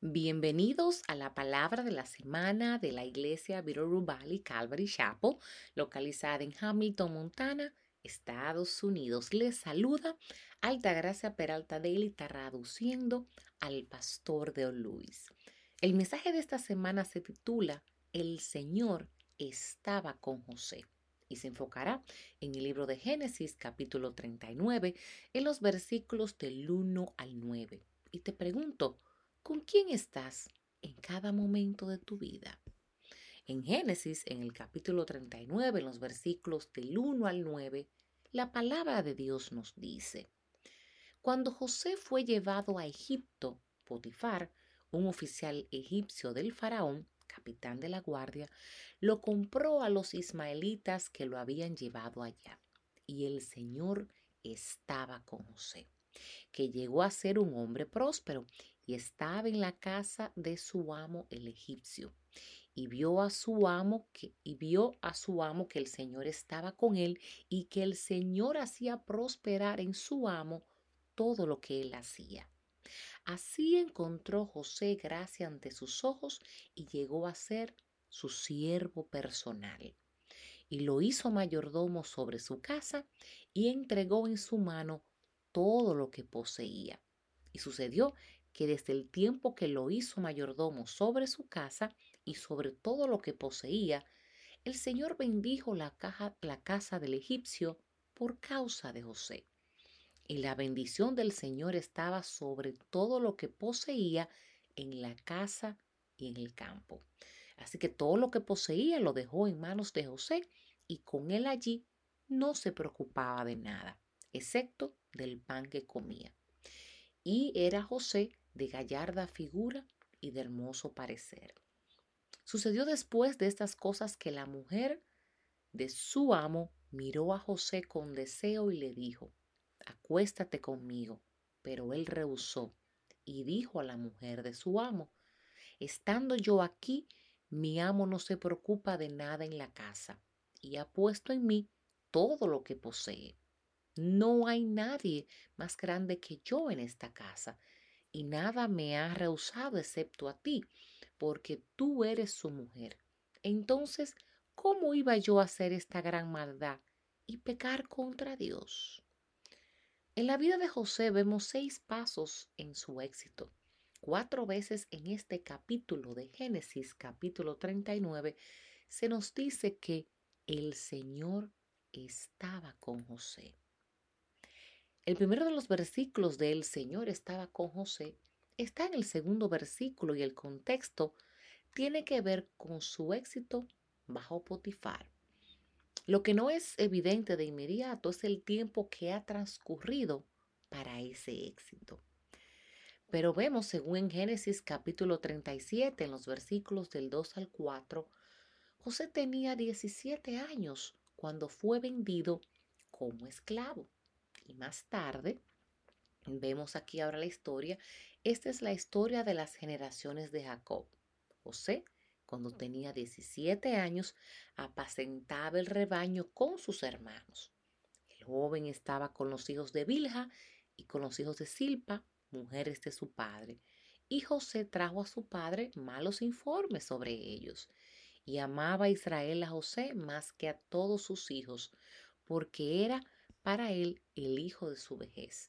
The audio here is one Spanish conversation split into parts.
Bienvenidos a la palabra de la semana de la iglesia Bitterroot Valley Calvary Chapel, localizada en Hamilton, Montana, Estados Unidos. Les saluda Altagracia Peralta Daly, traduciendo al pastor de Luis. El mensaje de esta semana se titula El Señor estaba con José y se enfocará en el libro de Génesis, capítulo 39, en los versículos del 1 al 9. Y te pregunto, ¿con quién estás en cada momento de tu vida? En Génesis, en el capítulo 39, en los versículos del 1 al 9, la palabra de Dios nos dice: Cuando José fue llevado a Egipto, Potifar, un oficial egipcio del faraón, capitán de la guardia, lo compró a los ismaelitas que lo habían llevado allá. Y el Señor estaba con José, que llegó a ser un hombre próspero y estaba en la casa de su amo el egipcio. Y vio a su amo que el Señor estaba con él y que el Señor hacía prosperar en su amo todo lo que él hacía. Así encontró José gracia ante sus ojos y llegó a ser su siervo personal. Y lo hizo mayordomo sobre su casa y entregó en su mano todo lo que poseía. Y sucedió que desde el tiempo que lo hizo mayordomo sobre su casa y sobre todo lo que poseía, el Señor bendijo la casa del egipcio por causa de José. Y la bendición del Señor estaba sobre todo lo que poseía en la casa y en el campo. Así que todo lo que poseía lo dejó en manos de José y con él allí no se preocupaba de nada, excepto del pan que comía. Y era José de gallarda figura y de hermoso parecer. Sucedió después de estas cosas que la mujer de su amo miró a José con deseo y le dijo: Acuéstate conmigo. Pero él rehusó y dijo a la mujer de su amo: Estando yo aquí, mi amo no se preocupa de nada en la casa y ha puesto en mí todo lo que posee. No hay nadie más grande que yo en esta casa y nada me ha rehusado excepto a ti, porque tú eres su mujer. Entonces, ¿cómo iba yo a hacer esta gran maldad y pecar contra Dios? En la vida de José vemos 6 pasos en su éxito. 4 veces en este capítulo de Génesis, capítulo 39, se nos dice que el Señor estaba con José. El primero de los versículos de El Señor estaba con José está en el segundo versículo y el contexto tiene que ver con su éxito bajo Potifar. Lo que no es evidente de inmediato es el tiempo que ha transcurrido para ese éxito. Pero vemos, según en Génesis capítulo 37, en los versículos del 2 al 4, José tenía 17 años cuando fue vendido como esclavo. Y más tarde, vemos aquí ahora la historia. Esta es la historia de las generaciones de Jacob. José, cuando tenía 17 años, apacentaba el rebaño con sus hermanos. El joven estaba con los hijos de Bilha y con los hijos de Silpa, mujeres de su padre. Y José trajo a su padre malos informes sobre ellos. Y amaba a Israel a José más que a todos sus hijos, porque era para él el hijo de su vejez.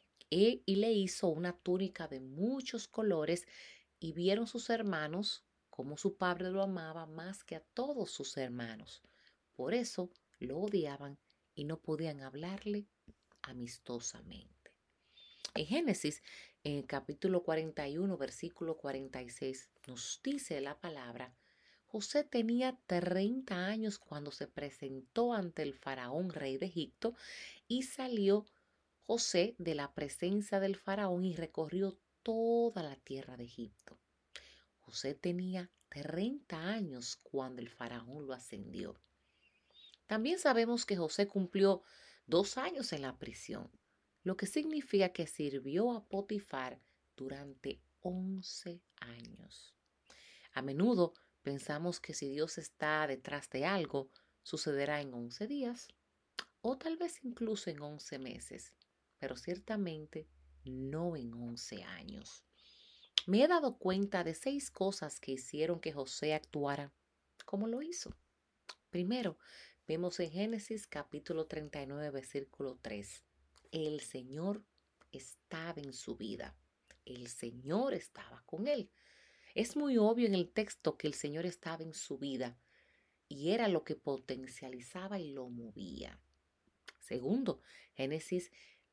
Y le hizo una túnica de muchos colores, y vieron sus hermanos cómo su padre lo amaba más que a todos sus hermanos. Por eso lo odiaban y no podían hablarle amistosamente. En Génesis, en el capítulo 41, versículo 46, nos dice la palabra: José tenía 30 años cuando se presentó ante el faraón rey de Egipto, y salió José de la presencia del faraón y recorrió toda la tierra de Egipto. José tenía 30 años cuando el faraón lo ascendió. También sabemos que José cumplió 2 años en la prisión, lo que significa que sirvió a Potifar durante 11 años. A menudo pensamos que si Dios está detrás de algo, sucederá en 11 días o tal vez incluso en 11 meses, pero ciertamente no en 11 años. Me he dado cuenta de 6 cosas que hicieron que José actuara como lo hizo. Primero, vemos en Génesis capítulo 39, versículo 3. El Señor estaba en su vida. El Señor estaba con él. Es muy obvio en el texto que el Señor estaba en su vida y era lo que potencializaba y lo movía. Segundo, Génesis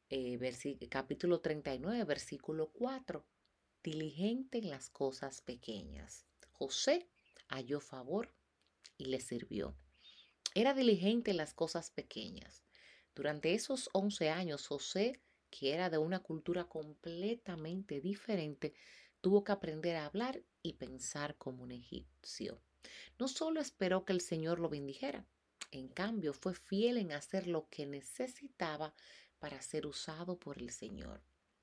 capítulo 39, versículo 4. Diligente en las cosas pequeñas. José halló favor y le sirvió. Era diligente en las cosas pequeñas. Durante esos 11 años, José, que era de una cultura completamente diferente, tuvo que aprender a hablar y pensar como un egipcio. No solo esperó que el Señor lo bendijera, en cambio fue fiel en hacer lo que necesitaba para ser usado por el Señor.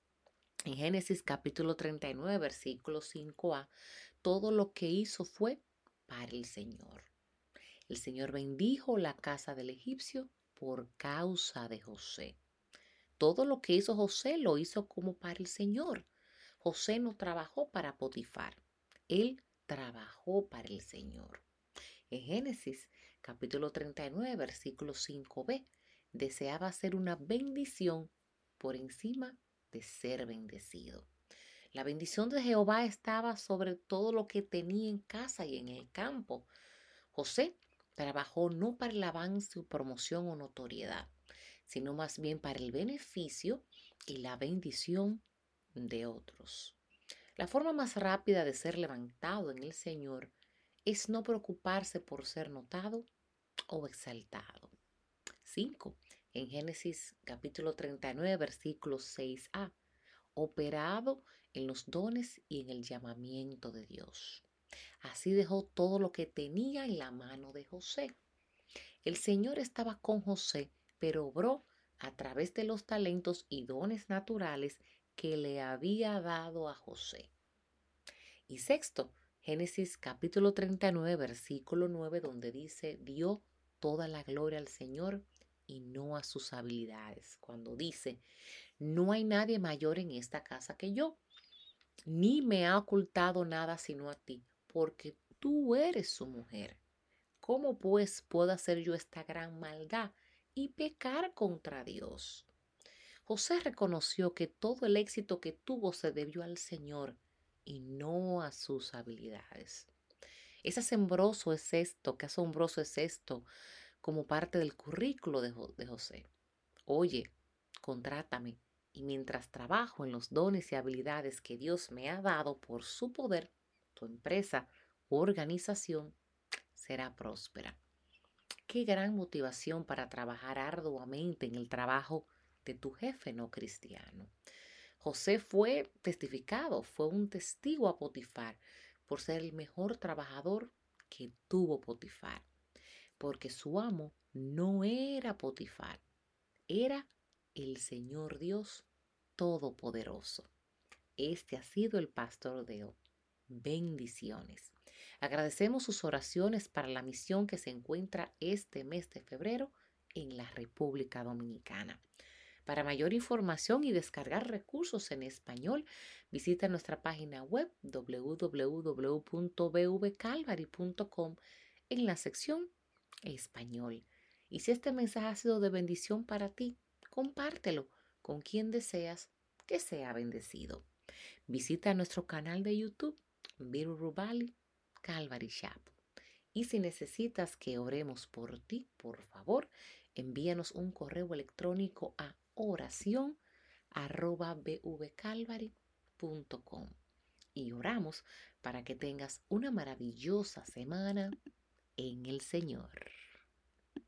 En Génesis capítulo 39, versículo 5a, todo lo que hizo fue para el Señor. El Señor bendijo la casa del egipcio por causa de José. Todo lo que hizo José lo hizo como para el Señor. José no trabajó para Potifar, él trabajó para el Señor. En Génesis capítulo 39, versículo 5b, deseaba ser una bendición por encima de ser bendecido. La bendición de Jehová estaba sobre todo lo que tenía en casa y en el campo. José trabajó no para el avance o promoción o notoriedad, sino más bien para el beneficio y la bendición de otros. La forma más rápida de ser levantado en el Señor es no preocuparse por ser notado o exaltado. 5. En Génesis capítulo 39, versículo 6a, operado en los dones y en el llamamiento de Dios. Así dejó todo lo que tenía en la mano de José. El Señor estaba con José, pero obró a través de los talentos y dones naturales que le había dado a José. Y sexto, Génesis capítulo 39, versículo 9, donde dice, dio toda la gloria al Señor y no a sus habilidades. Cuando dice, no hay nadie mayor en esta casa que yo, ni me ha ocultado nada sino a ti, porque tú eres su mujer. ¿Cómo pues puedo hacer yo esta gran maldad y pecar contra Dios? José reconoció que todo el éxito que tuvo se debió al Señor y no a sus habilidades. Qué asombroso es esto como parte del currículo de José. Oye, contrátame y mientras trabajo en los dones y habilidades que Dios me ha dado por su poder, tu empresa u organización será próspera. Qué gran motivación para trabajar arduamente en el trabajo de tu jefe no cristiano. José fue un testigo a Potifar por ser el mejor trabajador que tuvo Potifar, porque su amo no era Potifar, era el Señor Dios Todopoderoso. Este ha sido el pastor de hoy. Bendiciones. Agradecemos sus oraciones para la misión que se encuentra este mes de febrero en la República Dominicana. Para mayor información y descargar recursos en español, visita nuestra página web www.bvcalvary.com en la sección Español. Y si este mensaje ha sido de bendición para ti, compártelo con quien deseas que sea bendecido. Visita nuestro canal de YouTube, Biru Valley Calvary Chapel. Y si necesitas que oremos por ti, por favor, envíanos un correo electrónico a oración@bvcalvary.com y oramos para que tengas una maravillosa semana en el Señor.